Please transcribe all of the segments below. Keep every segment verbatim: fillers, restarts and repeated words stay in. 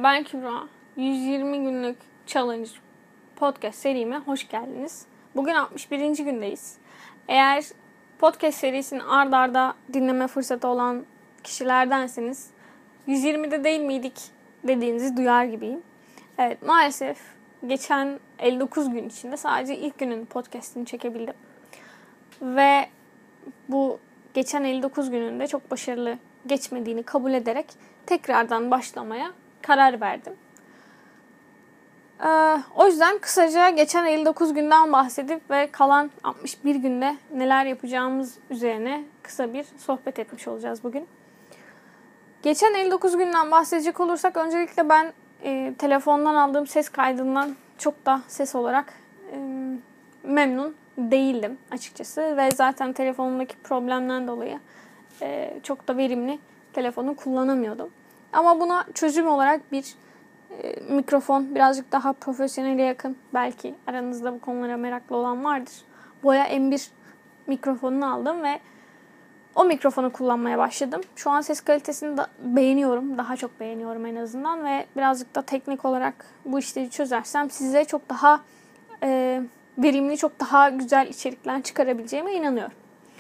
ben Kübra. yüz yirmi günlük challenge podcast serime hoş geldiniz. Bugün altmış birinci gündeyiz. Eğer podcast serisini ard arda dinleme fırsatı olan kişilerdenseniz yüz yirmide değil miydik dediğinizi duyar gibiyim. Evet, maalesef geçen elli dokuz gün içinde sadece ilk günün podcastini çekebildim. Ve bu geçen elli dokuz gününde çok başarılı geçmediğini kabul ederek tekrardan başlamaya karar verdim. Ee, o yüzden kısaca geçen elli dokuz günden bahsedip ve kalan altmış bir günde neler yapacağımız üzerine kısa bir sohbet etmiş olacağız bugün. Geçen elli dokuz günden bahsedecek olursak öncelikle ben e, telefondan aldığım ses kaydından çok da ses olarak e, memnun değildim açıkçası. Ve zaten telefonumdaki problemden dolayı e, çok da verimli telefonu kullanamıyordum. Ama buna çözüm olarak bir e, mikrofon, birazcık daha profesyonele yakın, belki aranızda bu konulara meraklı olan vardır. Boya M bir mikrofonunu aldım ve o mikrofonu kullanmaya başladım. Şu an ses kalitesini da beğeniyorum. Daha çok beğeniyorum en azından ve birazcık da teknik olarak bu işleri çözersem size çok daha e, verimli, çok daha güzel içerikler çıkarabileceğime inanıyorum.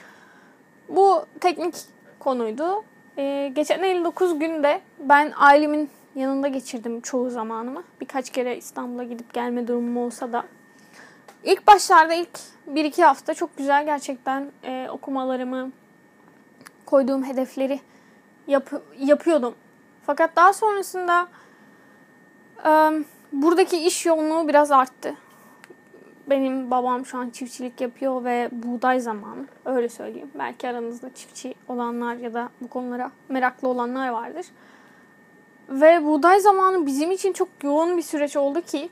Bu teknik konuydu. Ee, geçen elli dokuz günde ben ailemin yanında geçirdim çoğu zamanımı. Birkaç kere İstanbul'a gidip gelme durumum olsa da. İlk başlarda ilk bir iki hafta çok güzel gerçekten e, okumalarımı, koyduğum hedefleri yap, yapıyordum. Fakat daha sonrasında e, buradaki iş yoğunluğu biraz arttı. Benim babam şu an çiftçilik yapıyor ve buğday zamanı. Öyle söyleyeyim. Belki aranızda çiftçi olanlar ya da bu konulara meraklı olanlar vardır. Ve buğday zamanı bizim için çok yoğun bir süreç oldu ki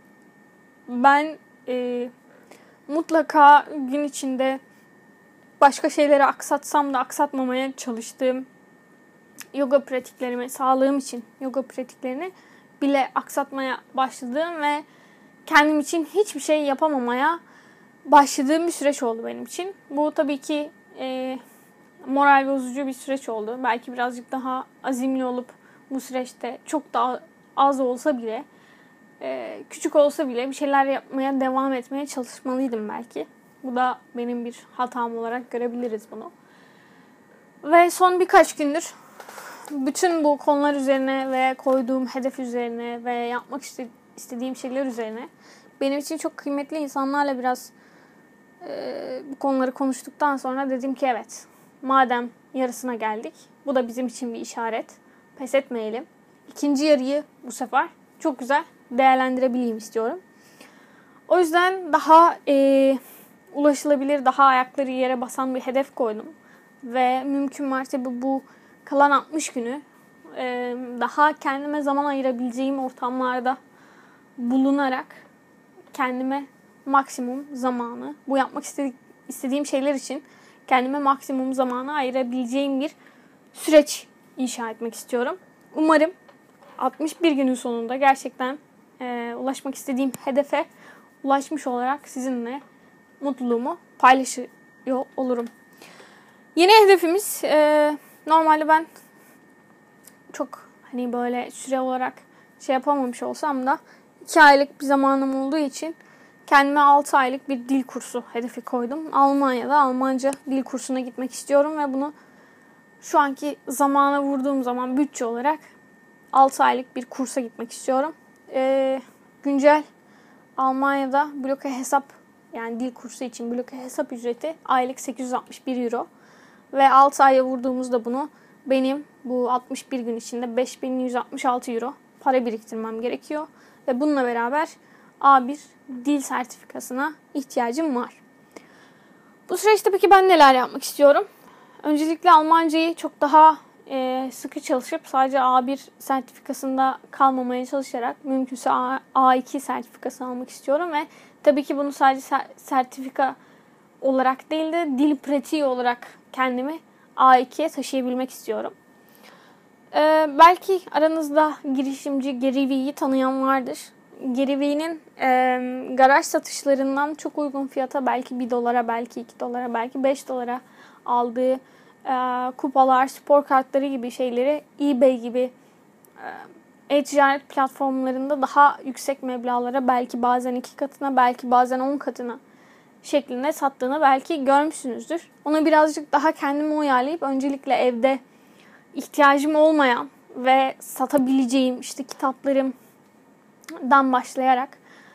ben e, mutlaka gün içinde başka şeyleri aksatsam da aksatmamaya çalıştığım yoga pratiklerimi, sağlığım için yoga pratiklerini bile aksatmaya başladığım ve kendim için hiçbir şey yapamamaya başladığım bir süreç oldu benim için. Bu tabii ki e, moral bozucu bir süreç oldu. Belki birazcık daha azimli olup bu süreçte çok daha az olsa bile, e, küçük olsa bile bir şeyler yapmaya devam etmeye çalışmalıydım belki. Bu da benim bir hatam olarak görebiliriz bunu. Ve son birkaç gündür bütün bu konular üzerine ve koyduğum hedef üzerine ve yapmak istediğim şeyler üzerine benim için çok kıymetli insanlarla biraz e, bu konuları konuştuktan sonra dedim ki evet, madem yarısına geldik, bu da bizim için bir işaret. Pes etmeyelim. İkinci yarıyı bu sefer çok güzel değerlendirebileyim istiyorum. O yüzden daha e, ulaşılabilir, daha ayakları yere basan bir hedef koydum. Ve mümkün mertebe bu kalan altmış günü e, daha kendime zaman ayırabileceğim ortamlarda bulunarak kendime maksimum zamanı, bu yapmak istediğim şeyler için kendime maksimum zamanı ayırabileceğim bir süreç inşa etmek istiyorum. Umarım altmış bir günün sonunda gerçekten e, ulaşmak istediğim hedefe ulaşmış olarak sizinle mutluluğumu paylaşıyor olurum. Yeni hedefimiz, e, normalde ben çok hani böyle süre olarak şey yapamamış olsam da iki aylık bir zamanım olduğu için kendime altı aylık bir dil kursu hedefi koydum. Almanya'da Almanca dil kursuna gitmek istiyorum ve bunu şu anki zamana vurduğum zaman bütçe olarak altı aylık bir kursa gitmek istiyorum. Ee, güncel Almanya'da bloke hesap, yani dil kursu için bloke hesap ücreti aylık sekiz yüz altmış bir euro. Ve altı aya vurduğumuzda bunu benim bu altmış bir gün içinde beş bin yüz altmış altı euro para biriktirmem gerekiyor. Ve bununla beraber A bir dil sertifikasına ihtiyacım var. Bu süreçte peki ben neler yapmak istiyorum? Öncelikle Almancayı çok daha e, sıkı çalışıp sadece A bir sertifikasında kalmamaya çalışarak mümkünse A iki sertifikası almak istiyorum. Ve tabii ki bunu sadece sertifika olarak değil de dil pratiği olarak kendimi A ikiye taşıyabilmek istiyorum. Ee, belki aranızda girişimci Gary Vee'yi tanıyan vardır. Gary Vee'nin e, garaj satışlarından çok uygun fiyata, belki bir dolara, belki iki dolara, belki beş dolara aldığı e, kupalar, spor kartları gibi şeyleri eBay gibi e, e-ticaret platformlarında daha yüksek meblağlara, belki bazen iki katına, belki bazen on katına şeklinde sattığını belki görmüşsünüzdür. Onu birazcık daha kendime uyarlayıp öncelikle evde ihtiyacım olmayan ve satabileceğim işte kitaplarımdan başlayarak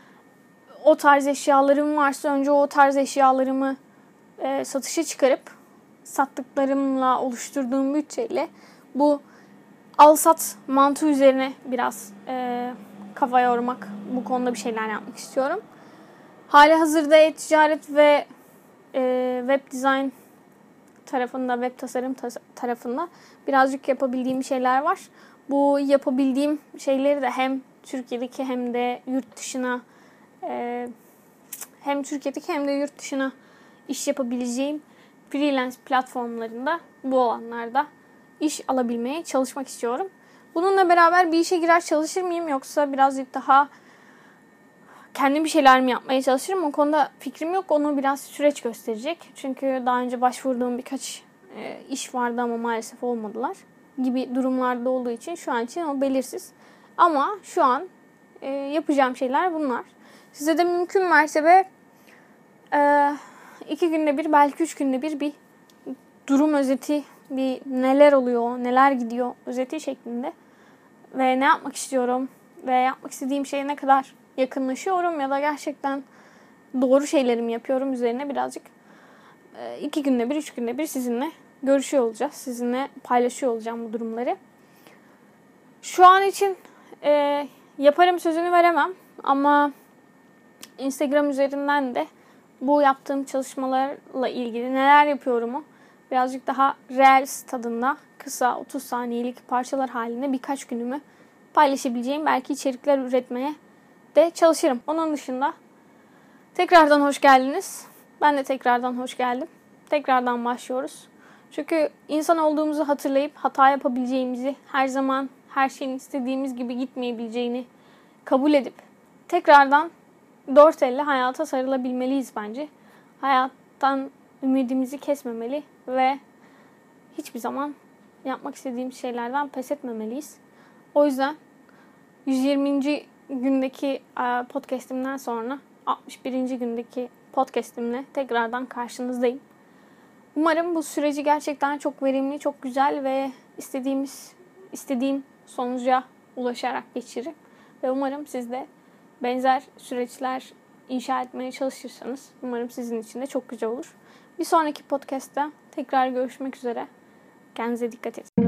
o tarz eşyalarım varsa önce o tarz eşyalarımı e, satışa çıkarıp sattıklarımla oluşturduğum bütçeyle bu al-sat mantığı üzerine biraz e, kafa yormak, bu konuda bir şeyler yapmak istiyorum. Hali hazırda e-ticaret ve e, web design tarafında, web tasarım tas- tarafında birazcık yapabildiğim şeyler var. Bu yapabildiğim şeyleri de hem Türkiye'deki hem de yurt dışına e, hem Türkiye'deki hem de yurt dışına iş yapabileceğim freelance platformlarında, bu alanlarda iş alabilmeye çalışmak istiyorum. Bununla beraber bir işe girer çalışır mıyım, yoksa birazcık daha kendim bir şeyler mi yapmaya çalışırım? O konuda fikrim yok. Onu biraz süreç gösterecek. Çünkü daha önce başvurduğum birkaç e, iş vardı ama maalesef olmadılar gibi durumlarda olduğu için şu an için o belirsiz. Ama şu an e, yapacağım şeyler bunlar. Size de mümkün mertebe e, iki günde bir, belki üç günde bir bir durum özeti, bir neler oluyor, neler gidiyor özeti şeklinde ve ne yapmak istiyorum ve yapmak istediğim şeye ne kadar yakınlaşıyorum ya da gerçekten doğru şeyleri mi yapıyorum üzerine birazcık iki günde bir, üç günde bir sizinle görüşüyor olacağız. Sizinle paylaşıyor olacağım bu durumları. Şu an için e, yaparım sözünü veremem ama Instagram üzerinden de bu yaptığım çalışmalarla ilgili neler yapıyorumu birazcık daha Reels tadında kısa otuz saniyelik parçalar halinde birkaç günümü paylaşabileceğim belki içerikler üretmeye de çalışırım. Onun dışında tekrardan hoş geldiniz. Ben de tekrardan hoş geldim. Tekrardan başlıyoruz. Çünkü insan olduğumuzu hatırlayıp hata yapabileceğimizi, her zaman her şeyin istediğimiz gibi gitmeyebileceğini kabul edip tekrardan dört elle hayata sarılabilmeliyiz bence. Hayattan ümidimizi kesmemeli ve hiçbir zaman yapmak istediğimiz şeylerden pes etmemeliyiz. O yüzden yüz yirminci gündeki podcast'imden sonra altmış birinci gündeki podcast'imle tekrardan karşınızdayım. Umarım bu süreci gerçekten çok verimli, çok güzel ve istediğimiz istediğim sonuca ulaşarak geçiririm. Ve umarım siz de benzer süreçler inşa etmeye çalışırsanız umarım sizin için de çok güzel olur. Bir sonraki podcast'ta tekrar görüşmek üzere. Kendinize dikkat edin.